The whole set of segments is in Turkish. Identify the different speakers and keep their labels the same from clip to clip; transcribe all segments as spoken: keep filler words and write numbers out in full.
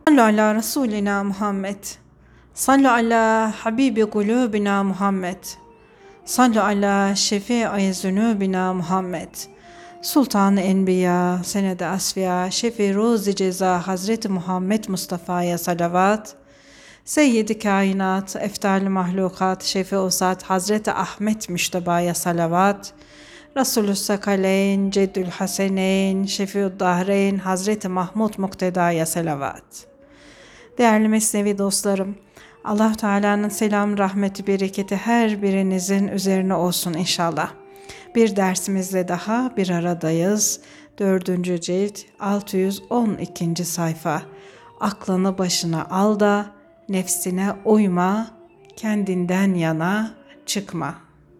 Speaker 1: Sallu ala Resulina Muhammed. Sallu ala Habibi kulubina Muhammed. Sallu ala Şefii zunubina Muhammed. Sultan-ı Enbiya, Senede Asfiya, Şefi Ruzi Ceza Hazreti Muhammed Mustafa'ya salavat. Seyyid-i Kainat, Eftal-i Mahlukat, Şefi Usat Hazreti Ahmet Müştaba'ya salavat. Resulü Sakaleyn, Ceddül Haseneyn, Şefi'ud Dahreyn, Hazreti Mahmud Mukteda'ya salavat. Değerli Mesnevi dostlarım, Allah Teala'nın selam, rahmeti, bereketi her birinizin üzerine olsun inşallah. Bir dersimizle daha bir aradayız. Dördüncü cilt, altı yüz on ikinci sayfa. Aklını başına al da nefsine uyma, kendinden yana çıkma.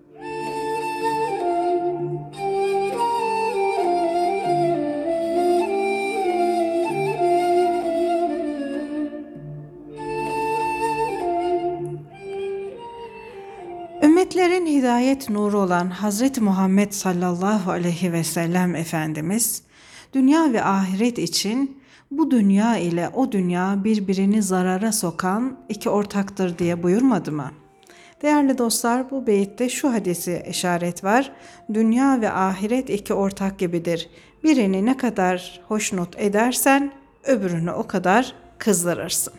Speaker 1: Ümmetlerin hidayet nuru olan Hazreti Muhammed sallallahu aleyhi ve sellem Efendimiz, dünya ve ahiret için bu dünya ile o dünya birbirini zarara sokan iki ortaktır diye buyurmadı mı? Değerli dostlar, bu beyitte şu hadise işaret var. Dünya ve ahiret iki ortak gibidir. Birini ne kadar hoşnut edersen öbürünü o kadar kızdırırsın.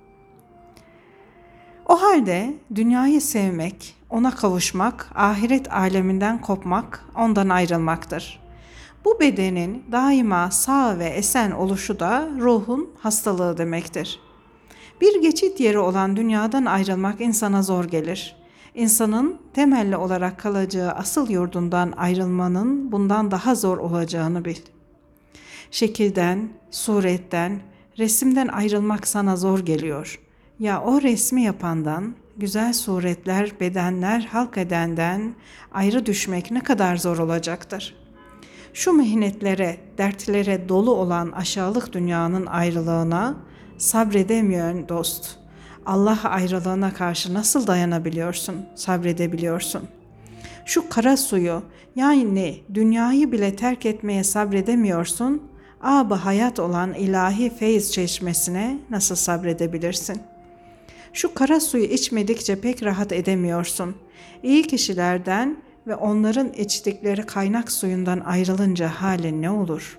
Speaker 1: O halde dünyayı sevmek, ona kavuşmak, ahiret aleminden kopmak, ondan ayrılmaktır. Bu bedenin daima sağ ve esen oluşu da ruhun hastalığı demektir. Bir geçit yeri olan dünyadan ayrılmak insana zor gelir. İnsanın temelli olarak kalacağı asıl yurdundan ayrılmanın bundan daha zor olacağını bil. Şekilden, suretten, resimden ayrılmak sana zor geliyor. Ya o resmi yapandan, güzel suretler, bedenler halk edenden ayrı düşmek ne kadar zor olacaktır. Şu mihnetlere, dertlere dolu olan aşağılık dünyanın ayrılığına sabredemiyorsun dost. Allah ayrılığına karşı nasıl dayanabiliyorsun, sabredebiliyorsun? Şu kara suyu, yani dünyayı bile terk etmeye sabredemiyorsun, âb-ı hayat olan ilahi feyz çeşmesine nasıl sabredebilirsin? Şu kara suyu içmedikçe pek rahat edemiyorsun. İyi kişilerden ve onların içtikleri kaynak suyundan ayrılınca halin ne olur?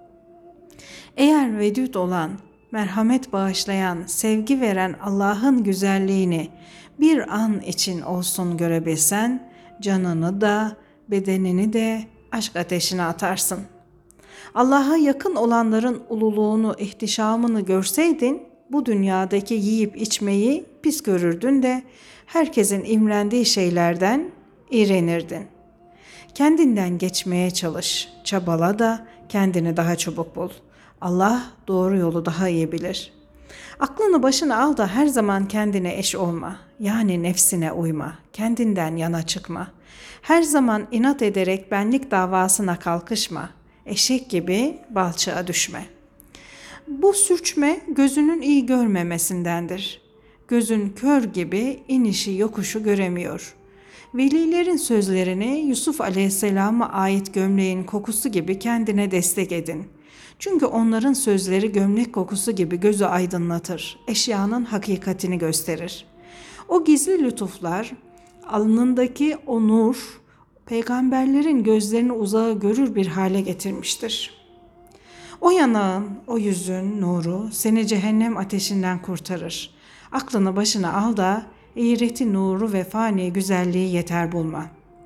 Speaker 1: Eğer vedüt olan, merhamet bağışlayan, sevgi veren Allah'ın güzelliğini bir an için olsun görebilsen, canını da, bedenini de aşk ateşine atarsın. Allah'a yakın olanların ululuğunu, ihtişamını görseydin, bu dünyadaki yiyip içmeyi pis görürdün de herkesin imrendiği şeylerden iğrenirdin. Kendinden geçmeye çalış, çabala da kendini daha çabuk bul. Allah doğru yolu daha iyi bilir. Aklını başına al da her zaman kendine eş olma, yani nefsine uyma, kendinden yana çıkma. Her zaman inat ederek benlik davasına kalkışma, eşek gibi balçığa düşme. Bu sürçme gözünün iyi görmemesindendir. Gözün kör gibi inişi yokuşu göremiyor. Velilerin sözlerini Yusuf Aleyhisselam'a ait gömleğin kokusu gibi kendine destek edin. Çünkü onların sözleri gömlek kokusu gibi gözü aydınlatır, eşyanın hakikatini gösterir. O gizli lütuflar, alnındaki o nur, peygamberlerin gözlerini uzağa görür bir hale getirmiştir. O yanağın, o yüzün nuru seni cehennem ateşinden kurtarır. Aklını başına al da iğreti nuru ve fani güzelliği yeter bulma.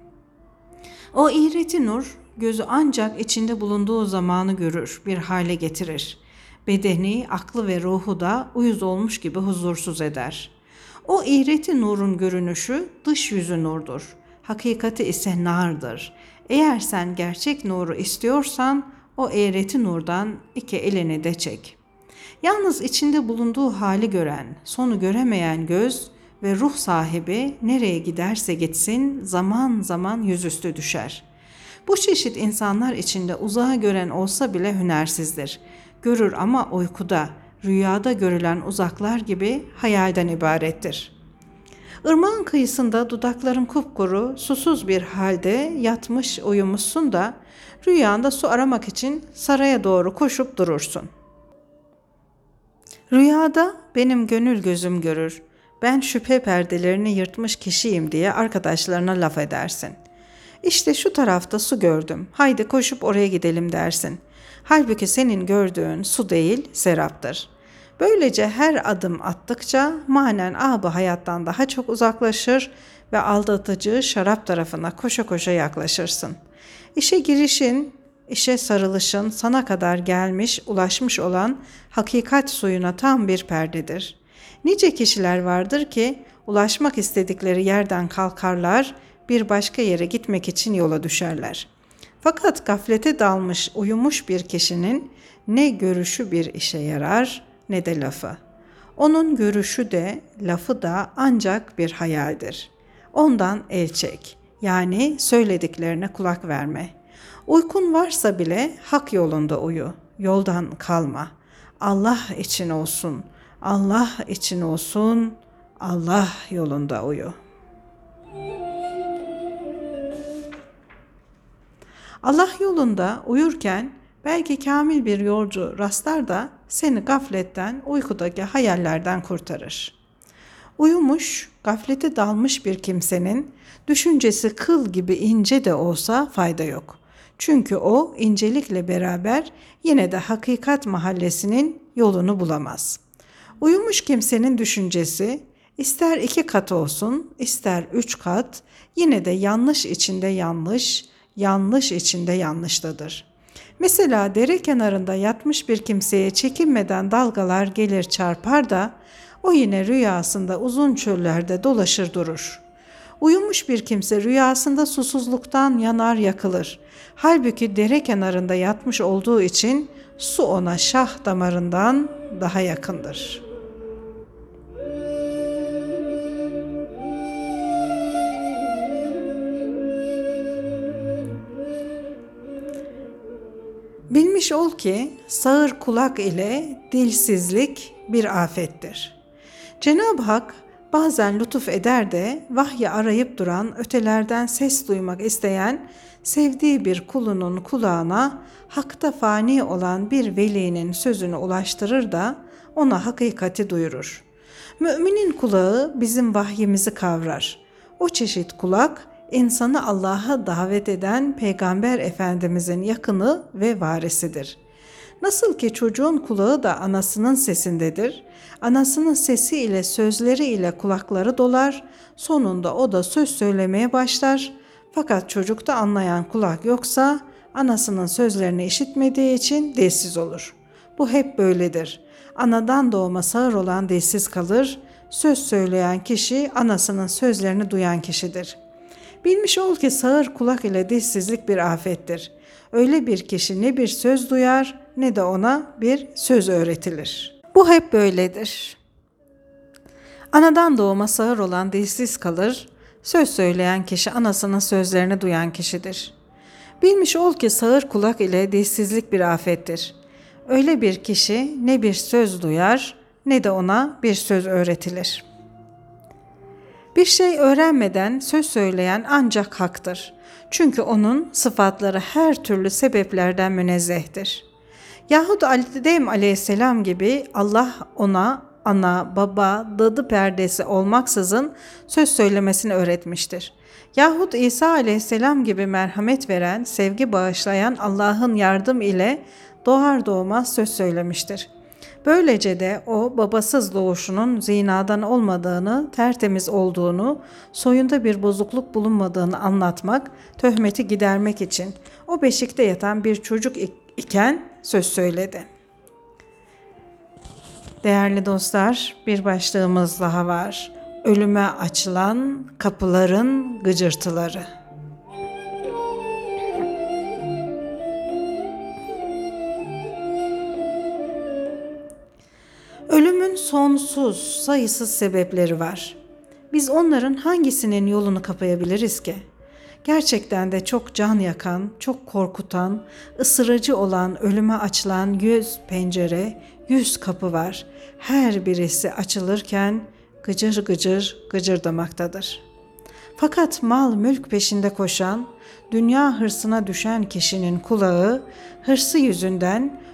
Speaker 1: O iğreti nur gözü ancak içinde bulunduğu zamanı görür, bir hale getirir. Bedeni, aklı ve ruhu da uyuz olmuş gibi huzursuz eder. O iğreti nurun görünüşü dış yüzü nurdur. Hakikati ise nardır. Eğer sen gerçek nuru istiyorsan o eğreti nurdan iki elini de çek. Yalnız içinde bulunduğu hali gören, sonu göremeyen göz ve ruh sahibi nereye giderse gitsin zaman zaman yüzüstü düşer. Bu çeşit insanlar içinde uzağa gören olsa bile hünersizdir. Görür ama uykuda, rüyada görülen uzaklar gibi hayalden ibarettir. Irmağın kıyısında dudakların kupkuru, susuz bir halde yatmış uyumuşsun da rüyanda su aramak için saraya doğru koşup durursun. Rüyada benim gönül gözüm görür. Ben şüphe perdelerini yırtmış kişiyim diye arkadaşlarına laf edersin. İşte şu tarafta su gördüm. Haydi koşup oraya gidelim dersin. Halbuki senin gördüğün su değil, seraptır. Böylece her adım attıkça manen ab hayattan daha çok uzaklaşır ve aldatıcı şarap tarafına koşa koşa yaklaşırsın. İşe girişin, işe sarılışın sana kadar gelmiş, ulaşmış olan hakikat suyuna tam bir perdedir. Nice kişiler vardır ki ulaşmak istedikleri yerden kalkarlar, bir başka yere gitmek için yola düşerler. Fakat gaflete dalmış, uyumuş bir kişinin ne görüşü bir işe yarar ne de lafı. Onun görüşü de lafı da ancak bir hayaldir. Ondan el çek, yani söylediklerine kulak verme. Uykun varsa bile hak yolunda uyu, yoldan kalma. Allah için olsun, Allah için olsun, Allah yolunda uyu. Allah yolunda uyurken belki kamil bir yolcu rastlar da seni gafletten, uykudaki hayallerden kurtarır. Uyumuş, gaflete dalmış bir kimsenin düşüncesi kıl gibi ince de olsa fayda yok. Çünkü o incelikle beraber yine de hakikat mahallesinin yolunu bulamaz. Uyumuş kimsenin düşüncesi ister iki kat olsun, ister üç kat, yine de yanlış içinde yanlış, yanlış içinde yanlıştadır. Mesela dere kenarında yatmış bir kimseye çekinmeden dalgalar gelir çarpar da o yine rüyasında uzun çöllerde dolaşır durur. Uyumuş bir kimse rüyasında susuzluktan yanar yakılır. Halbuki dere kenarında yatmış olduğu için su ona şah damarından daha yakındır. Bilmiş ol ki sağır kulak ile dilsizlik bir afettir. Cenab-ı Hak bazen lütuf eder de vahyi arayıp duran, ötelerden ses duymak isteyen, sevdiği bir kulunun kulağına hakta fani olan bir velinin sözünü ulaştırır da ona hakikati duyurur. Müminin kulağı bizim vahyimizi kavrar. O çeşit kulak, insanı Allah'a davet eden Peygamber Efendimizin yakını ve varisidir. Nasıl ki çocuğun kulağı da anasının sesindedir, anasının sesi ile sözleri ile kulakları dolar, sonunda o da söz söylemeye başlar. Fakat çocukta anlayan kulak yoksa anasının sözlerini işitmediği için dilsiz olur. Bu hep böyledir. Anadan doğma sağır olan dilsiz kalır, söz söyleyen kişi anasının sözlerini duyan kişidir. Bilmiş ol ki sağır kulak ile dilsizlik bir afettir. Öyle bir kişi ne bir söz duyar ne de ona bir söz öğretilir. Bu hep böyledir. Anadan doğma sağır olan dilsiz kalır, söz söyleyen kişi anasının sözlerini duyan kişidir. Bilmiş ol ki sağır kulak ile dilsizlik bir afettir. Öyle bir kişi ne bir söz duyar ne de ona bir söz öğretilir. Bir şey öğrenmeden söz söyleyen ancak haktır. Çünkü onun sıfatları her türlü sebeplerden münezzehtir. Yahut Adem aleyhisselam gibi Allah ona ana, baba, dadı perdesi olmaksızın söz söylemesini öğretmiştir. Yahut İsa aleyhisselam gibi merhamet veren, sevgi bağışlayan Allah'ın yardım ile doğar doğmaz söz söylemiştir. Böylece de o babasız doğuşunun zinadan olmadığını, tertemiz olduğunu, soyunda bir bozukluk bulunmadığını anlatmak, töhmeti gidermek için o beşikte yatan bir çocuk iken söz söyledi. Değerli dostlar, bir başlığımız daha var. Ölüme açılan kapıların gıcırtıları. Ölümün sonsuz, sayısız sebepleri var. Biz onların hangisinin yolunu kapayabiliriz ki? Gerçekten de çok can yakan, çok korkutan, ısırıcı olan ölüme açılan yüz pencere, yüz kapı var. Her birisi açılırken gıcır gıcır gıcırdamaktadır. Fakat mal mülk peşinde koşan, dünya hırsına düşen kişinin kulağı, hırsı yüzünden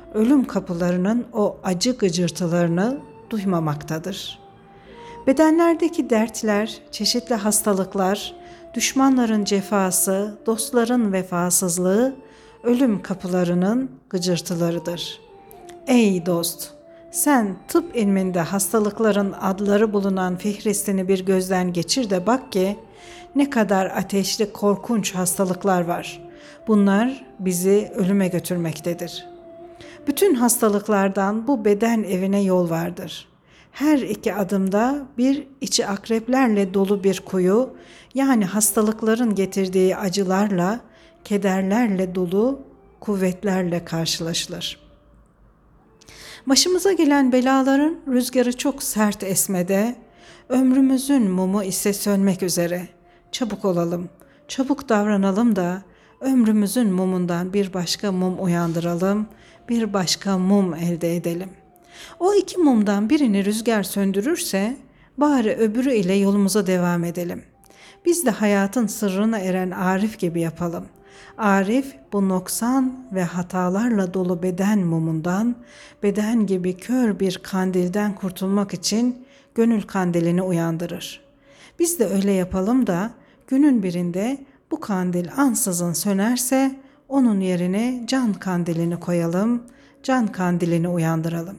Speaker 1: ölüm kapılarının o acı gıcırtılarını duymamaktadır. Bedenlerdeki dertler, çeşitli hastalıklar, düşmanların cefası, dostların vefasızlığı, ölüm kapılarının gıcırtılarıdır. Ey dost! Sen tıp ilminde hastalıkların adları bulunan fihristini bir gözden geçir de bak ki ne kadar ateşli korkunç hastalıklar var. Bunlar bizi ölüme götürmektedir. Bütün hastalıklardan bu beden evine yol vardır. Her iki adımda bir içi akreplerle dolu bir kuyu, yani hastalıkların getirdiği acılarla, kederlerle dolu kuvvetlerle karşılaşılır. Başımıza gelen belaların rüzgarı çok sert esmede, ömrümüzün mumu ise sönmek üzere. Çabuk olalım, çabuk davranalım da ömrümüzün mumundan bir başka mum uyandıralım, bir başka mum elde edelim. O iki mumdan birini rüzgar söndürürse bari öbürü ile yolumuza devam edelim. Biz de hayatın sırrına eren Arif gibi yapalım. Arif bu noksan ve hatalarla dolu beden mumundan, beden gibi kör bir kandilden kurtulmak için gönül kandilini uyandırır. Biz de öyle yapalım da günün birinde bu kandil ansızın sönerse onun yerine can kandilini koyalım, can kandilini uyandıralım.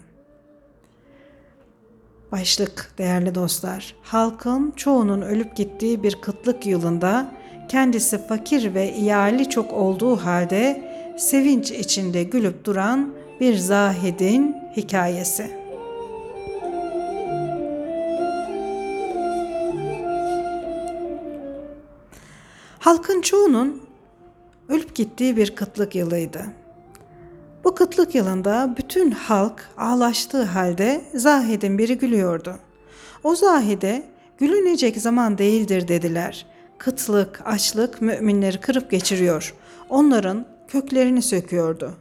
Speaker 1: Başlık değerli dostlar, halkın çoğunun ölüp gittiği bir kıtlık yılında kendisi fakir ve iyali çok olduğu halde sevinç içinde gülüp duran bir zahidin hikayesi. Halkın çoğunun ölüp gittiği bir kıtlık yılıydı. Bu kıtlık yılında bütün halk ağlaştığı halde zahidin biri gülüyordu. O zahide gülünecek zaman değildir dediler. Kıtlık, açlık müminleri kırıp geçiriyor. Onların köklerini söküyordu.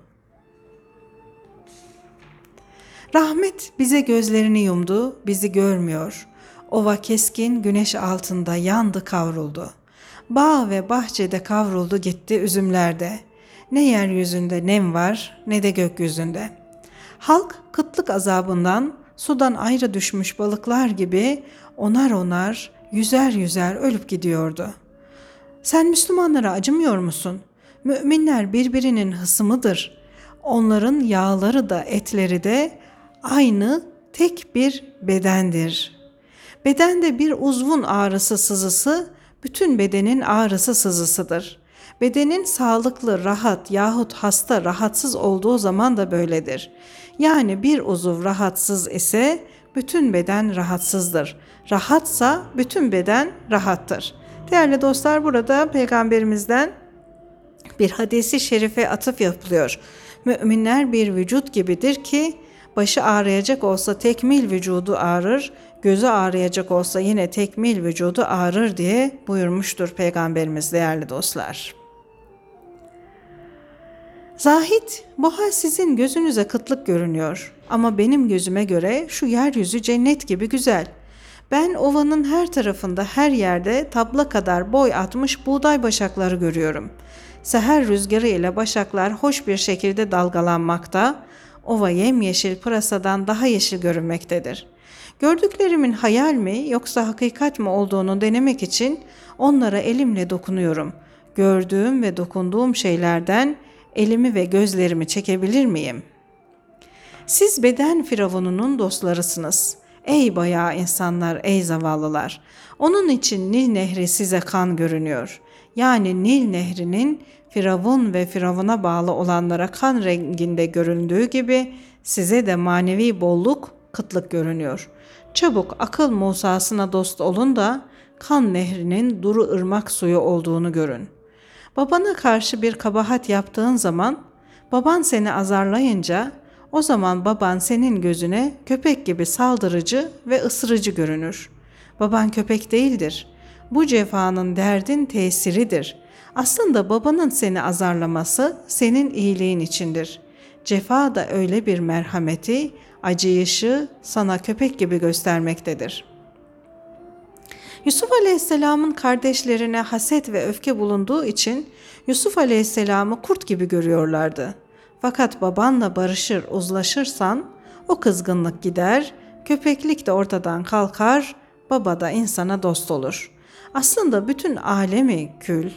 Speaker 1: Rahmet bize gözlerini yumdu, bizi görmüyor. Ova keskin güneş altında yandı kavruldu. Bağ ve bahçede kavruldu gitti üzümlerde. Ne yeryüzünde nem var ne de gökyüzünde. Halk kıtlık azabından sudan ayrı düşmüş balıklar gibi onar onar, yüzer yüzer ölüp gidiyordu. Sen Müslümanlara acımıyor musun? Müminler birbirinin hısmıdır. Onların yağları da etleri de aynı tek bir bedendir. Bedende bir uzvun ağrısı sızısı, bütün bedenin ağrısı sızısıdır. Bedenin sağlıklı, rahat yahut hasta, rahatsız olduğu zaman da böyledir. Yani bir uzuv rahatsız ise bütün beden rahatsızdır. Rahatsa bütün beden rahattır. Değerli dostlar, burada Peygamberimizden bir hadisi şerife atıf yapılıyor. Müminler bir vücut gibidir ki başı ağrıyacak olsa tekmil vücudu ağrır, gözü ağrıyacak olsa yine tekmil vücudu ağrır diye buyurmuştur Peygamberimiz değerli dostlar. Zahid, bu hal sizin gözünüze kıtlık görünüyor ama benim gözüme göre şu yeryüzü cennet gibi güzel. Ben ovanın her tarafında her yerde tabla kadar boy atmış buğday başakları görüyorum. Seher rüzgarı ile başaklar hoş bir şekilde dalgalanmakta, ova yemyeşil pırasadan daha yeşil görünmektedir. Gördüklerimin hayal mi yoksa hakikat mi olduğunu denemek için onlara elimle dokunuyorum. Gördüğüm ve dokunduğum şeylerden elimi ve gözlerimi çekebilir miyim? Siz beden firavununun dostlarısınız. Ey bayağı insanlar, ey zavallılar. Onun için Nil Nehri size kan görünüyor. Yani Nil Nehri'nin Firavun ve Firavun'a bağlı olanlara kan renginde göründüğü gibi size de manevi bolluk, kıtlık görünüyor. Çabuk akıl Musa'sına dost olun da kan nehrinin duru ırmak suyu olduğunu görün. Babana karşı bir kabahat yaptığın zaman, baban seni azarlayınca, o zaman baban senin gözüne köpek gibi saldırıcı ve ısırıcı görünür. Baban köpek değildir. Bu cefanın derdin tesiridir. Aslında babanın seni azarlaması senin iyiliğin içindir. Cefa da öyle bir merhameti, acıyışı sana köpek gibi göstermektedir. Yusuf Aleyhisselam'ın kardeşlerine haset ve öfke bulunduğu için Yusuf Aleyhisselam'ı kurt gibi görüyorlardı. Fakat babanla barışır, uzlaşırsan o kızgınlık gider, köpeklik de ortadan kalkar, baba da insana dost olur. Aslında bütün alemi kül,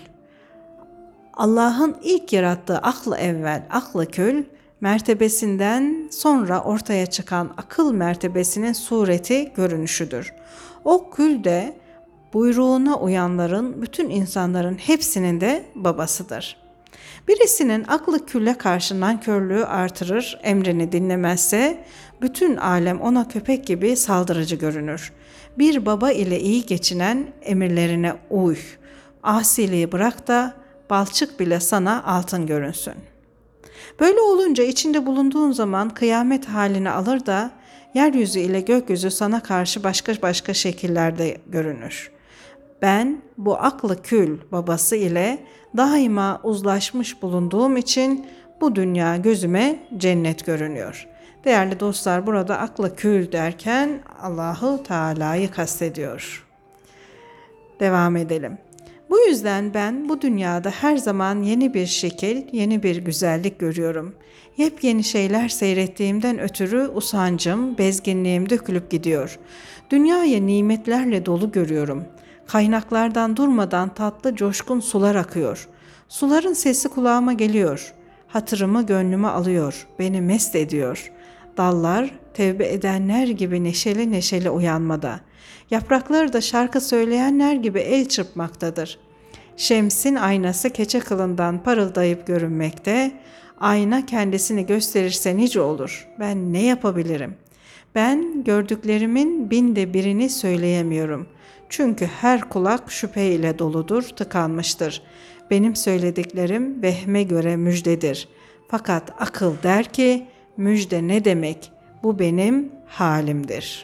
Speaker 1: Allah'ın ilk yarattığı aklı evvel, aklı kül mertebesinden sonra ortaya çıkan akıl mertebesinin sureti görünüşüdür. O kül de buyruğuna uyanların, bütün insanların hepsinin de babasıdır. Birisinin aklı külle karşı nankörlüğü artırır, emrini dinlemezse bütün alem ona köpek gibi saldırıcı görünür. Bir baba ile iyi geçinen emirlerine uy, asiliği bırak da balçık bile sana altın görünsün. Böyle olunca içinde bulunduğun zaman kıyamet halini alır da yeryüzü ile gökyüzü sana karşı başka başka şekillerde görünür. Ben bu aklı kül babası ile daima uzlaşmış bulunduğum için bu dünya gözüme cennet görünüyor. Değerli dostlar, burada aklı kül derken Allahu Teala'yı kastediyor. Devam edelim. Bu yüzden ben bu dünyada her zaman yeni bir şekil, yeni bir güzellik görüyorum. Yepyeni şeyler seyrettiğimden ötürü usancım, bezginliğim dökülüp gidiyor. Dünyayı nimetlerle dolu görüyorum. Kaynaklardan durmadan tatlı coşkun sular akıyor. Suların sesi kulağıma geliyor. Hatırımı gönlüme alıyor, beni mest ediyor. Dallar tevbe edenler gibi neşeli neşeli uyanmada. Yaprakları da şarkı söyleyenler gibi el çırpmaktadır. Şems'in aynası keçe kılından parıldayıp görünmekte. Ayna kendisini gösterirse nice olur. Ben ne yapabilirim? Ben gördüklerimin binde birini söyleyemiyorum. Çünkü her kulak şüpheyle doludur, tıkanmıştır. Benim söylediklerim vehme göre müjdedir. Fakat akıl der ki, müjde ne demek? Bu benim halimdir.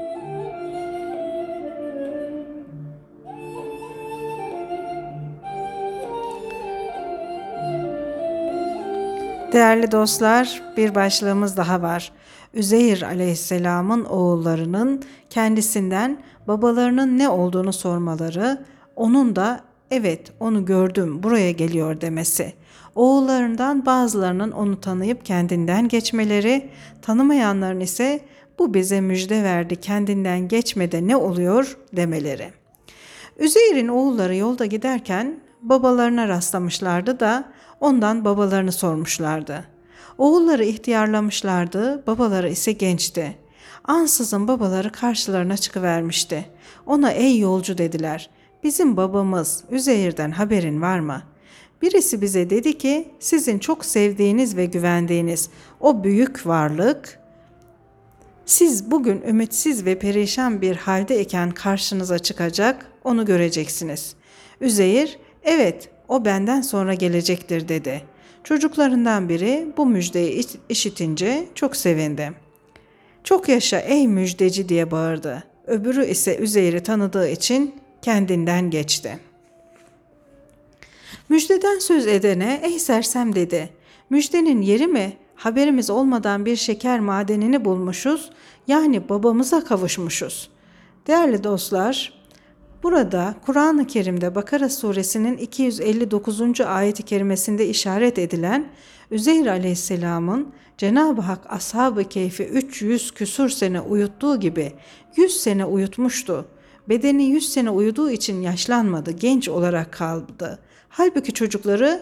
Speaker 1: Değerli dostlar, bir başlığımız daha var. Üzeyr aleyhisselamın oğullarının kendisinden babalarının ne olduğunu sormaları, onun da evet onu gördüm buraya geliyor demesi. Oğullarından bazılarının onu tanıyıp kendinden geçmeleri, tanımayanların ise bu bize müjde verdi kendinden geçmede ne oluyor demeleri. Üzeyr'in oğulları yolda giderken babalarına rastlamışlardı da ondan babalarını sormuşlardı. Oğulları ihtiyarlamışlardı, babaları ise gençti. Ansızın babaları karşılarına çıkıvermişti. Ona ey yolcu dediler, bizim babamız Üzeyr'den haberin var mı? Birisi bize dedi ki sizin çok sevdiğiniz ve güvendiğiniz o büyük varlık, siz bugün ümitsiz ve perişan bir haldeyken karşınıza çıkacak, onu göreceksiniz. Üzeyr, evet o benden sonra gelecektir dedi. Çocuklarından biri bu müjdeyi işitince çok sevindi. Çok yaşa ey müjdeci diye bağırdı. Öbürü ise Üzeyr'i tanıdığı için kendinden geçti. Müjdeden söz edene ey sersem dedi. Müjdenin yeri mi? Haberimiz olmadan bir şeker madenini bulmuşuz, yani babamıza kavuşmuşuz. Değerli dostlar, burada Kur'an-ı Kerim'de Bakara suresinin iki yüz elli dokuzuncu ayet-i kerimesinde işaret edilen Üzeyr aleyhisselamın Cenab-ı Hak ashab-ı keyfi üç yüz küsur sene uyuttuğu gibi yüz sene uyutmuştu. Bedeni yüz sene uyuduğu için yaşlanmadı, genç olarak kaldı. Halbuki çocukları,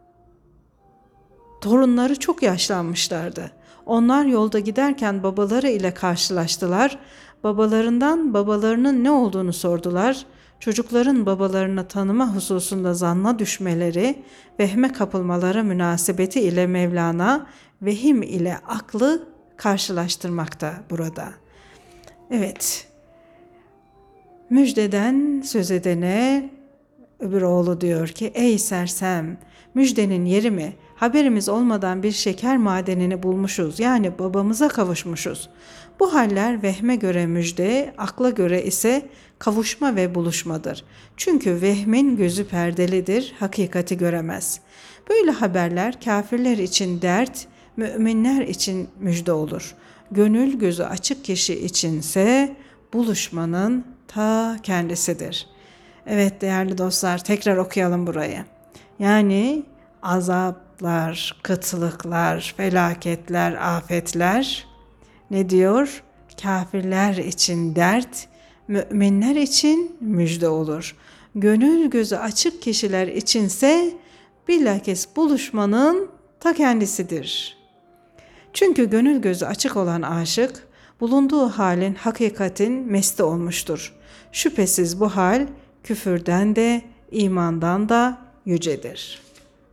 Speaker 1: torunları çok yaşlanmışlardı. Onlar yolda giderken babaları ile karşılaştılar. Babalarından babalarının ne olduğunu sordular. Çocukların babalarını tanıma hususunda zanna düşmeleri, vehme kapılmaları münasebeti ile Mevlana vehim ile aklı karşılaştırmakta burada. Evet, müjdeden söz edene öbür oğlu diyor ki ey sersem, müjdenin yeri mi? Haberimiz olmadan bir şeker madenini bulmuşuz, yani babamıza kavuşmuşuz. Bu haller vehme göre müjde, akla göre ise kavuşma ve buluşmadır. Çünkü vehmin gözü perdelidir, hakikati göremez. Böyle haberler kafirler için dert, müminler için müjde olur. Gönül gözü açık kişi içinse buluşmanın ta kendisidir. Evet değerli dostlar, tekrar okuyalım burayı. Yani azap ıstıraplar, kıtlıklar, felaketler, afetler ne diyor? Kafirler için dert, müminler için müjde olur. Gönül gözü açık kişiler içinse bilakis buluşmanın ta kendisidir. Çünkü gönül gözü açık olan aşık, bulunduğu halin hakikatin mesti olmuştur. Şüphesiz bu hal küfürden de imandan da yücedir.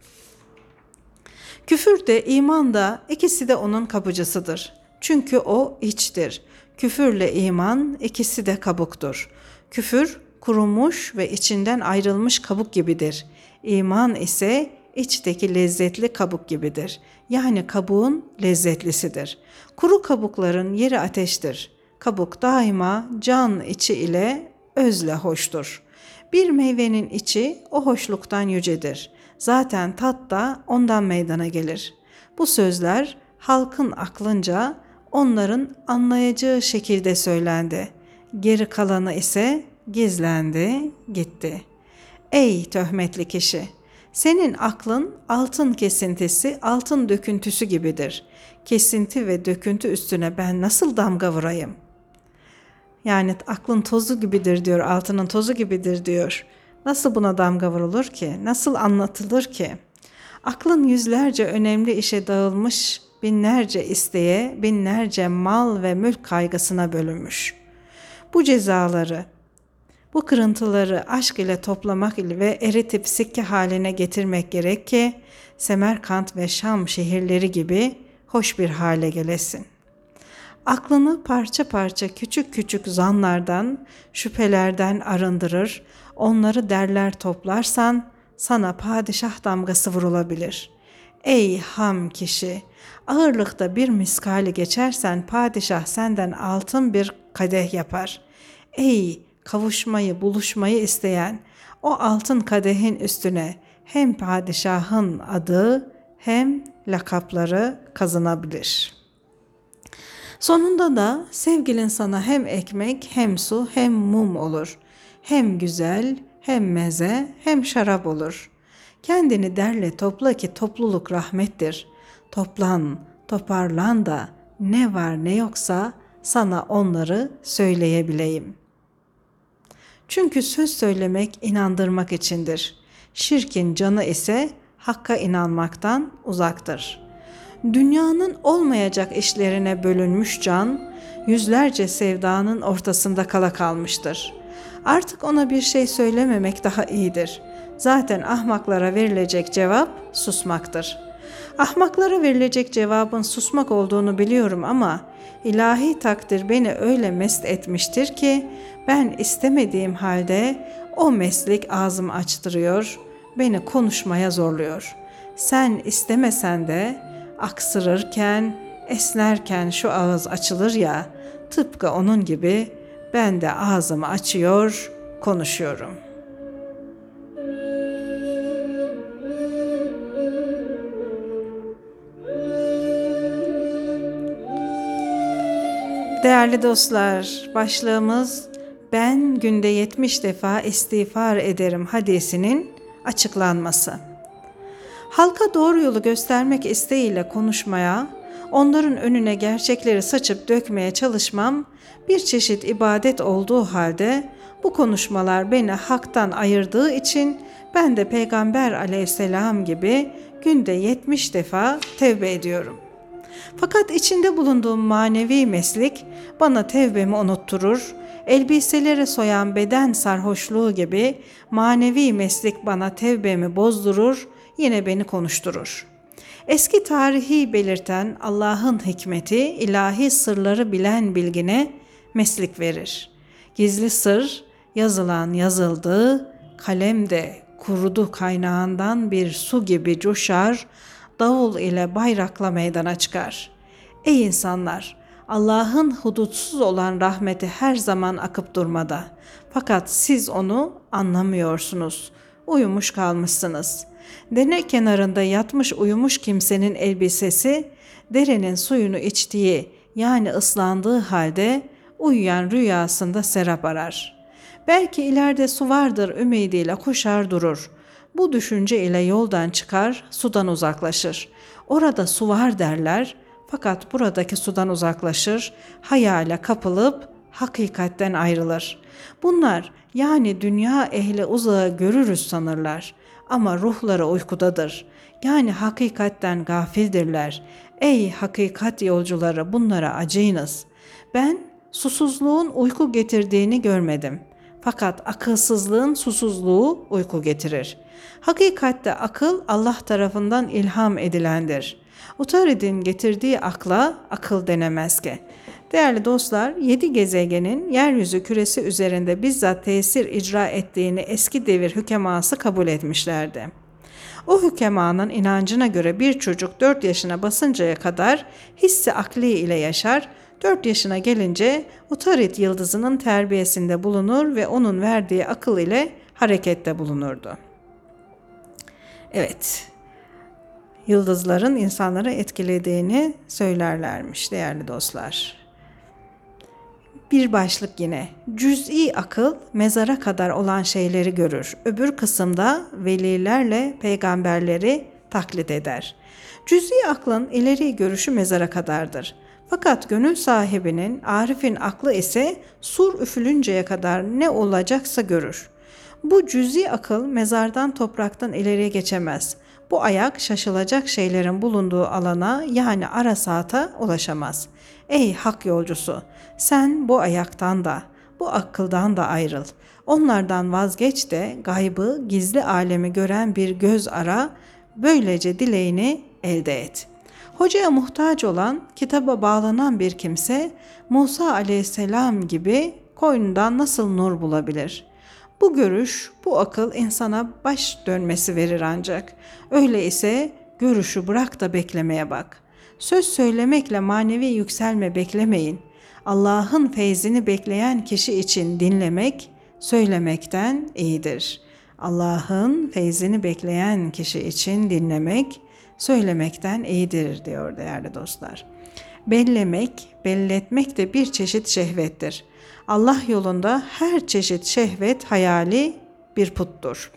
Speaker 1: Küfür de iman da ikisi de onun kapıcısıdır. Çünkü o içtir. Küfürle iman ikisi de kabuktur. Küfür kurumuş ve içinden ayrılmış kabuk gibidir. İman ise içteki lezzetli kabuk gibidir. Yani kabuğun lezzetlisidir. Kuru kabukların yeri ateştir. Kabuk daima can içi ile özle hoştur. Bir meyvenin içi o hoşluktan yücedir. Zaten tat da ondan meydana gelir. Bu sözler halkın aklınca onların anlayacağı şekilde söylendi. Geri kalanı ise gizlendi, gitti. Ey töhmetli kişi! Senin aklın altın kesintisi, altın döküntüsü gibidir. Kesinti ve döküntü üstüne ben nasıl damga vurayım? Yani aklın tozu gibidir diyor, altının tozu gibidir diyor. Nasıl buna damga vurulur ki? Nasıl anlatılır ki? Aklın yüzlerce önemli işe dağılmış, binlerce isteğe, binlerce mal ve mülk kaygısına bölünmüş. Bu cezaları, bu kırıntıları aşk ile toplamak ile ve eritip sikke haline getirmek gerek ki Semerkant ve Şam şehirleri gibi hoş bir hale gelesin. Aklını parça parça küçük küçük zanlardan, şüphelerden arındırır, onları derler toplarsan sana padişah damgası vurulabilir. Ey ham kişi! Ağırlıkta bir miskali geçersen padişah senden altın bir kadeh yapar. Ey kavuşmayı, buluşmayı isteyen, o altın kadehin üstüne hem padişahın adı hem lakapları kazanabilir. Sonunda da sevgilin sana hem ekmek, hem su, hem mum olur. Hem güzel, hem meze, hem şarap olur. Kendini derle topla ki topluluk rahmettir. Toplan, toparlan da ne var ne yoksa sana onları söyleyebileyim. Çünkü söz söylemek inandırmak içindir. Şirkin canı ise hakka inanmaktan uzaktır. Dünyanın olmayacak işlerine bölünmüş can, yüzlerce sevdanın ortasında kala kalmıştır. Artık ona bir şey söylememek daha iyidir. Zaten ahmaklara verilecek cevap susmaktır. Ahmaklara verilecek cevabın susmak olduğunu biliyorum ama ilahi takdir beni öyle mest etmiştir ki ben istemediğim halde o meslik ağzımı açtırıyor, beni konuşmaya zorluyor. Sen istemesen de aksırırken, esnerken şu ağız açılır ya, tıpkı onun gibi ben de ağzımı açıyor, konuşuyorum. Değerli dostlar, başlığımız ben günde yetmiş defa istiğfar ederim hadisinin açıklanması. Halka doğru yolu göstermek isteğiyle konuşmaya, onların önüne gerçekleri saçıp dökmeye çalışmam bir çeşit ibadet olduğu halde bu konuşmalar beni haktan ayırdığı için ben de Peygamber aleyhisselam gibi günde yetmiş defa tevbe ediyorum. Fakat içinde bulunduğum manevi meslek bana tevbemi unutturur, elbiseleri soyan beden sarhoşluğu gibi manevi meslek bana tevbemi bozdurur, yine beni konuşturur. Eski tarihi belirten Allah'ın hikmeti, ilahi sırları bilen bilgine meslek verir. Gizli sır, yazılan yazıldı, kalem de kurudu kaynağından bir su gibi coşar, davul ile bayrakla meydana çıkar. Ey insanlar! Allah'ın hudutsuz olan rahmeti her zaman akıp durmada. Fakat siz onu anlamıyorsunuz. Uyumuş kalmışsınız. Dere kenarında yatmış uyumuş kimsenin elbisesi, derenin suyunu içtiği yani ıslandığı halde uyuyan rüyasında serap arar. Belki ileride su vardır ümidiyle koşar durur. Bu düşünce ile yoldan çıkar, sudan uzaklaşır. Orada su var derler, fakat buradaki sudan uzaklaşır, hayale kapılıp hakikatten ayrılır. Bunlar yani dünya ehli uzağı görürüz sanırlar ama ruhları uykudadır. Yani hakikatten gafildirler. Ey hakikat yolcuları, bunlara acıyınız. Ben susuzluğun uyku getirdiğini görmedim. Fakat akılsızlığın susuzluğu uyku getirir. Hakikatte akıl Allah tarafından ilham edilendir. Utarid'in getirdiği akla akıl denemez ki. Değerli dostlar, yedi gezegenin yeryüzü küresi üzerinde bizzat tesir icra ettiğini eski devir hükeması kabul etmişlerdi. O hükemanın inancına göre bir çocuk dört yaşına basıncaya kadar hissi akli ile yaşar, dört yaşına gelince Utarid yıldızının terbiyesinde bulunur ve onun verdiği akıl ile harekette bulunurdu. Evet, yıldızların insanları etkilediğini söylerlermiş değerli dostlar. Bir başlık yine. Cüz'i akıl mezara kadar olan şeyleri görür. Öbür kısımda velilerle peygamberleri taklit eder. Cüz'i aklın ileri görüşü mezara kadardır. Fakat gönül sahibinin, arifin aklı ise sur üfülünceye kadar ne olacaksa görür. Bu cüz'i akıl mezardan topraktan ileriye geçemez. Bu ayak şaşılacak şeylerin bulunduğu alana yani arasata ulaşamaz. Ey hak yolcusu, sen bu ayaktan da, bu akıldan da ayrıl. Onlardan vazgeç de gaybı, gizli alemi gören bir göz ara, böylece dileğini elde et. Hocaya muhtaç olan, kitaba bağlanan bir kimse, Musa aleyhisselam gibi koynundan nasıl nur bulabilir? Bu görüş, bu akıl insana baş dönmesi verir ancak. Öyle ise görüşü bırak da beklemeye bak. Söz söylemekle manevi yükselme beklemeyin. Allah'ın feyzini bekleyen kişi için dinlemek, söylemekten iyidir. Allah'ın feyzini bekleyen kişi için dinlemek, söylemekten iyidir diyor değerli dostlar. Bellemek, belletmek de bir çeşit şehvettir. Allah yolunda her çeşit şehvet hayali bir puttur.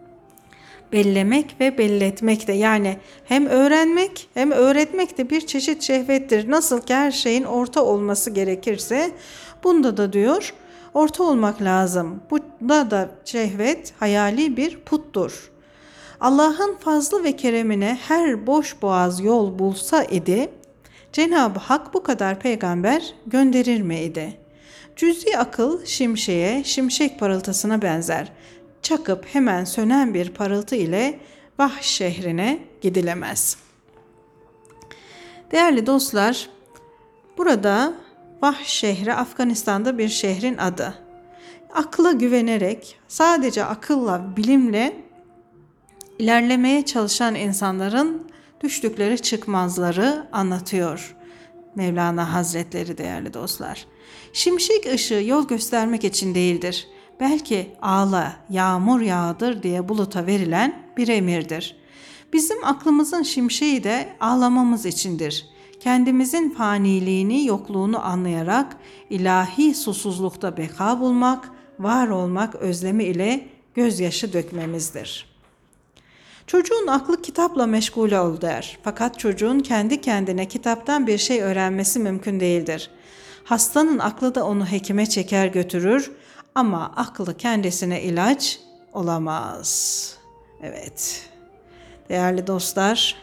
Speaker 1: Bellemek ve belletmek de yani hem öğrenmek hem öğretmek de bir çeşit şehvettir. Nasıl ki her şeyin orta olması gerekirse bunda da diyor orta olmak lazım. Bunda da şehvet hayali bir puttur. Allah'ın fazlı ve keremine her boş boğaz yol bulsa idi, Cenab-ı Hak bu kadar peygamber gönderir mi idi? Cüz'i akıl şimşeğe, şimşek parıltısına benzer. Çakıp hemen sönen bir parıltı ile Vah şehrine gidilemez. Değerli dostlar, burada Vah şehri Afganistan'da bir şehrin adı. Akla güvenerek, sadece akılla, bilimle ilerlemeye çalışan insanların düştükleri çıkmazları anlatıyor Mevlana Hazretleri değerli dostlar. Şimşek ışığı yol göstermek için değildir. Belki ağla, yağmur yağdır diye buluta verilen bir emirdir. Bizim aklımızın şimşeği de ağlamamız içindir. Kendimizin faniliğini, yokluğunu anlayarak ilahi susuzlukta beka bulmak, var olmak özlemi ile gözyaşı dökmemizdir. Çocuğun aklı kitapla meşgul ol der. Fakat çocuğun kendi kendine kitaptan bir şey öğrenmesi mümkün değildir. Hastanın aklı da onu hekime çeker götürür ama aklı kendisine ilaç olamaz. Evet. Değerli dostlar,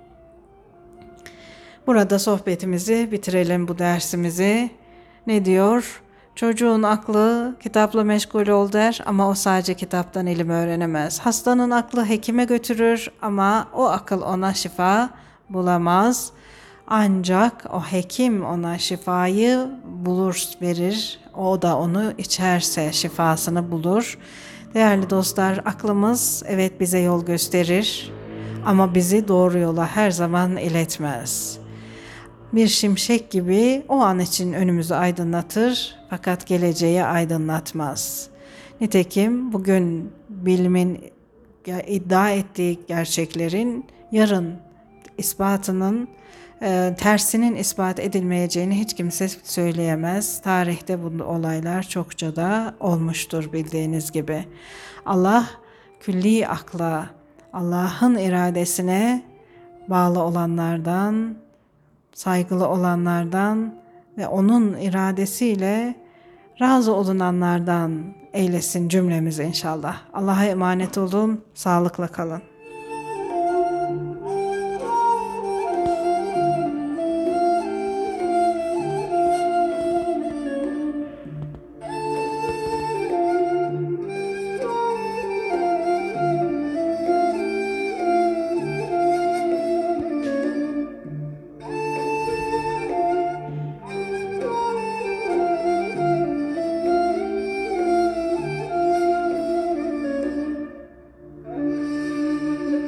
Speaker 1: burada sohbetimizi bitirelim, bu dersimizi. Ne diyor? Çocuğun aklı kitapla meşgul ol der ama o sadece kitaptan ilim öğrenemez. Hastanın aklı hekime götürür ama o akıl ona şifa bulamaz. Ancak o hekim ona şifayı bulur, verir. O da onu içerse şifasını bulur. Değerli dostlar, aklımız evet bize yol gösterir ama bizi doğru yola her zaman iletmez. Bir şimşek gibi o an için önümüzü aydınlatır fakat geleceği aydınlatmaz. Nitekim bugün bilimin iddia ettiği gerçeklerin yarın ispatının e, tersinin ispat edilmeyeceğini hiç kimse söyleyemez. Tarihte bu olaylar çokça da olmuştur bildiğiniz gibi. Allah külli akla, Allah'ın iradesine bağlı olanlardan, saygılı olanlardan ve onun iradesiyle razı olunanlardan eylesin cümlemizi inşallah. Allah'a emanet olun, sağlıkla kalın.